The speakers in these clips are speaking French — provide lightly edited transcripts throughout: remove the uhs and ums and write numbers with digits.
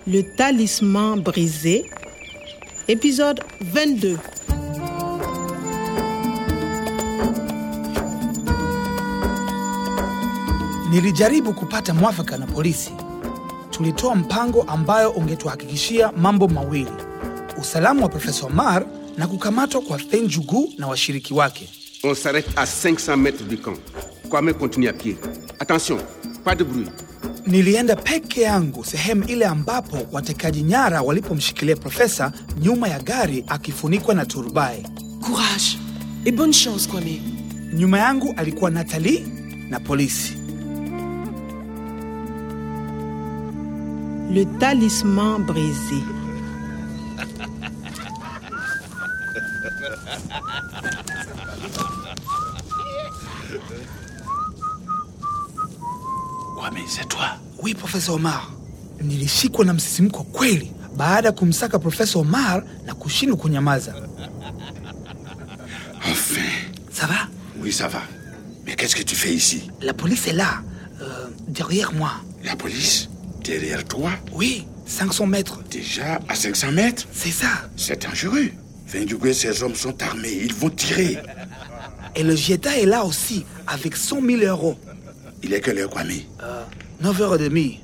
Le talisman brisé, épisode 22. Nilijaribu kupata mwafaka na polisi. Tulitoa mpango ambayo ungetuhakikishia mambo mawili: usalama wa Profesa Omar na kukamatwa kwa Feng Jugu na washiriki wake. On s'arrête à 500 mètres du camp. Kwame continue à pied. Attention, pas de bruit. Nilienda peke yangu sehemu ile ambapo watekaji nyara walipomshikilia profesa nyuma ya gari akifunikwa na turubai. Courage et bonne chance, Kwame. Nyuma yangu alikuwa Nathalie na polisi. Le talisman brisé. Kwame, c'est toi? Oui, Profesa Omar. Nilishikwa na msisimko kweli baada ya kumsaka Profesa Omar na kushindwa kunyamaza. Enfin. Ça va? Oui, ça va. Mais qu'est-ce que tu fais ici? La police est là, derrière moi. La police? Derrière toi? Oui, 500 mètres. Déjà à 500 mètres? C'est ça. C'est dangereux. Feng Jugu et ses hommes sont armés. Ils vont tirer. Et le Jeta est là aussi, avec 100 000 euros. Il est quelle heure, Kwame? 9h30,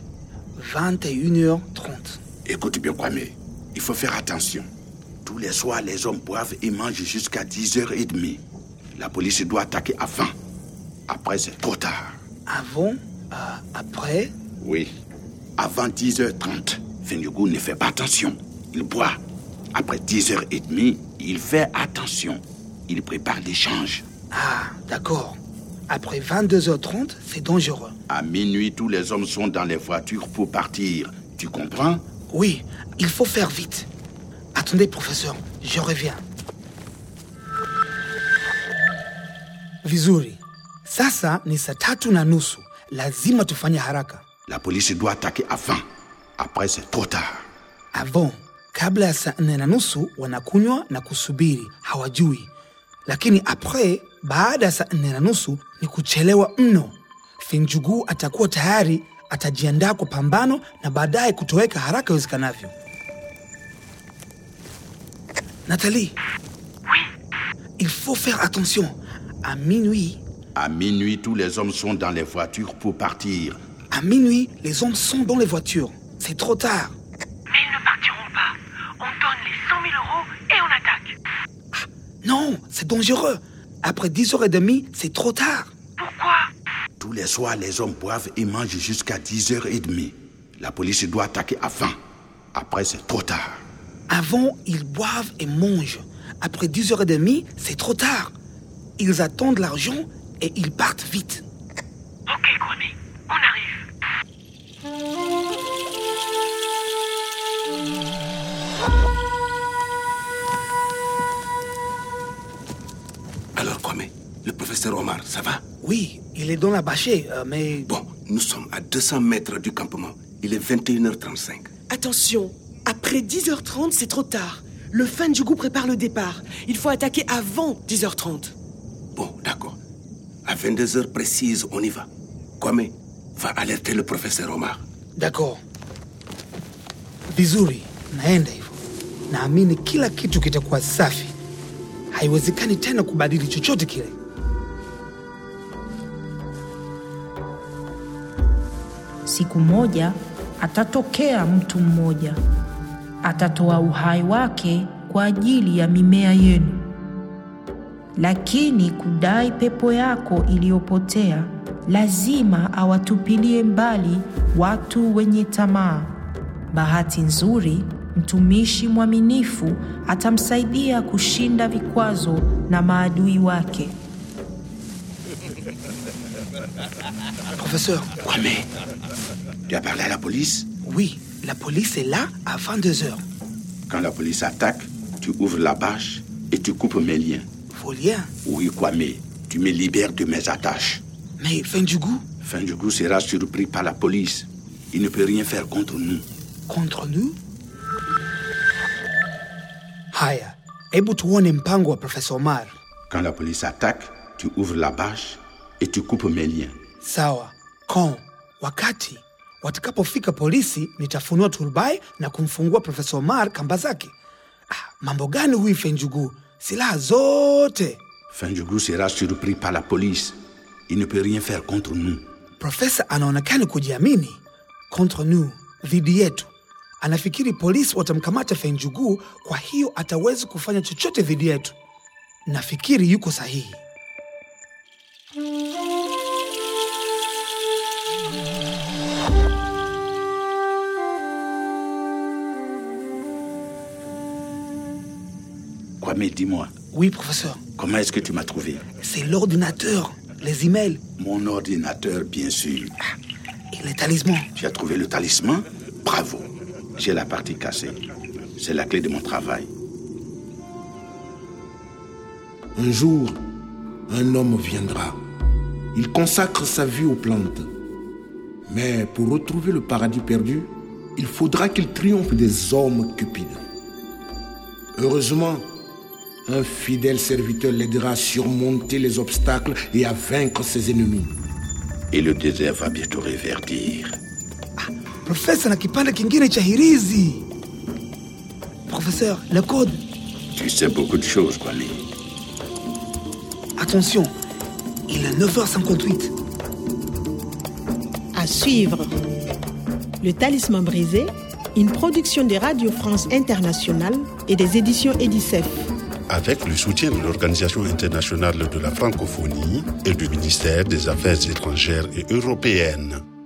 21h30. Écoute bien, Kwame. Il faut faire attention. Tous les soirs, les hommes boivent et mangent jusqu'à 10h30. La police doit attaquer avant. Après, c'est trop tard. Avant? Après? Oui. Avant 10h30, Feng Jugu ne fait pas attention. Il boit. Après 10h30, il fait attention. Il prépare l'échange. Ah, d'accord. Après 22h30, c'est dangereux. À minuit, tous les hommes sont dans les voitures pour partir. Tu comprends? Oui, il faut faire vite. Attendez, professeur, je reviens. Vizuri. Sasa ni saa 3:30. Lazima tufanye haraka. La police doit attaquer avant. Après, c'est trop tard. Avant, kabla ya saa 4:30 wanakunywa na kusubiri, hawajui. Lakini après, baada ya saa 4:30 ni kuchelewa mno. Feng Jugu atakuwa tayari, atajiandaa kwa pambano na baadaye kutoweka haraka iwezekanavyo. Nathalie. Oui. Il faut faire attention. À minuit... À minuit, tous les hommes sont dans les voitures pour partir. À minuit, les hommes sont dans les voitures. C'est trop tard. Mais ils ne partiront pas. On donne les 100 000 euros et on attaque. Non, c'est dangereux. Après 10h30, c'est trop tard. Pourquoi? Tous les soirs, les hommes boivent et mangent jusqu'à 10h30. La police doit attaquer avant. Après, c'est trop tard. Avant, ils boivent et mangent. Après 10h30, c'est trop tard. Ils attendent l'argent et ils partent vite. Ok, Kwame, on arrive. Alors, Kwame, le professeur Omar, ça va? Oui, il est dans la bâchée, mais... Bon, nous sommes à 200 mètres du campement. Il est 21h35. Attention, après 10h30, c'est trop tard. Le Feng Jugu prépare le départ. Il faut attaquer avant 10h30. Bon, d'accord. À 22h précises, on y va. Kwame, va alerter le professeur Omar. D'accord. Vizuri, naenda hivyo. Naamini kila kitu kitakuwa safi. Haiwezekani tena kubadili chochote kile. Siku moja atatokea mtu mmoja. Atatoa uhai wake kwa ajili ya mimea yenu. Lakini kudai pepo yako iliyopotea, lazima awatupilie mbali watu wenye tamaa. Bahati nzuri, mtumishi mwaminifu atamsaidia kushinda vikwazo na maadui wake. Professeur. Kwame, tu as parlé à la police? Oui, la police est là à 22h. Quand la police attaque, tu ouvres la bâche et tu coupes mes liens. Vos liens? Oui, Kwame, tu me libères de mes attaches. Mais Feng Jugu? Feng Jugu sera surpris par la police. Il ne peut rien faire contre nous. Contre nous? Haya, hebu tuone mpango wa Profesa Omar. Quand la police attaque, tu ouvres la bâche et tu coupes mes liens. Sawa. Quand? Wakati? Watakapofika polisi, nitafunua turubai na kumfungua Profesa Omar kamba zake. Mambo gani huyu Fenjugu? Silaha zote. Fenjugu sera surpris par la police. Il ne peut rien faire contre nous. Profesa anaonekana kujiamini. Contre nous, dhidi yetu. Anafikiri polisi watamkamata Fenjugu, kwa hiyo atawezi kufanya chochote dhidi yetu. Nafikiri yuko sahihi. Kwame, dis-moi. Oui, professeur. Comment est-ce que tu m'as trouvé? C'est l'ordinateur, les emails. Mon ordinateur, bien sûr. Et les talismans. Tu as trouvé le talisman? Bravo. J'ai la partie cassée. C'est la clé de mon travail. Un jour, un homme viendra. Il consacre sa vie aux plantes. Mais pour retrouver le paradis perdu, il faudra qu'il triomphe des hommes cupides. Heureusement, un fidèle serviteur l'aidera à surmonter les obstacles et à vaincre ses ennemis. Et le désert va bientôt reverdir. Professeur, na kipande kingine cha hirizi. Professeur, le code. Tu sais beaucoup de choses, Kwame. Attention, il est 9h58. À suivre. Le Talisman brisé, une production de Radio France Internationale et des éditions Edicef. Avec le soutien de l'Organisation internationale de la francophonie et du ministère des Affaires étrangères et européennes.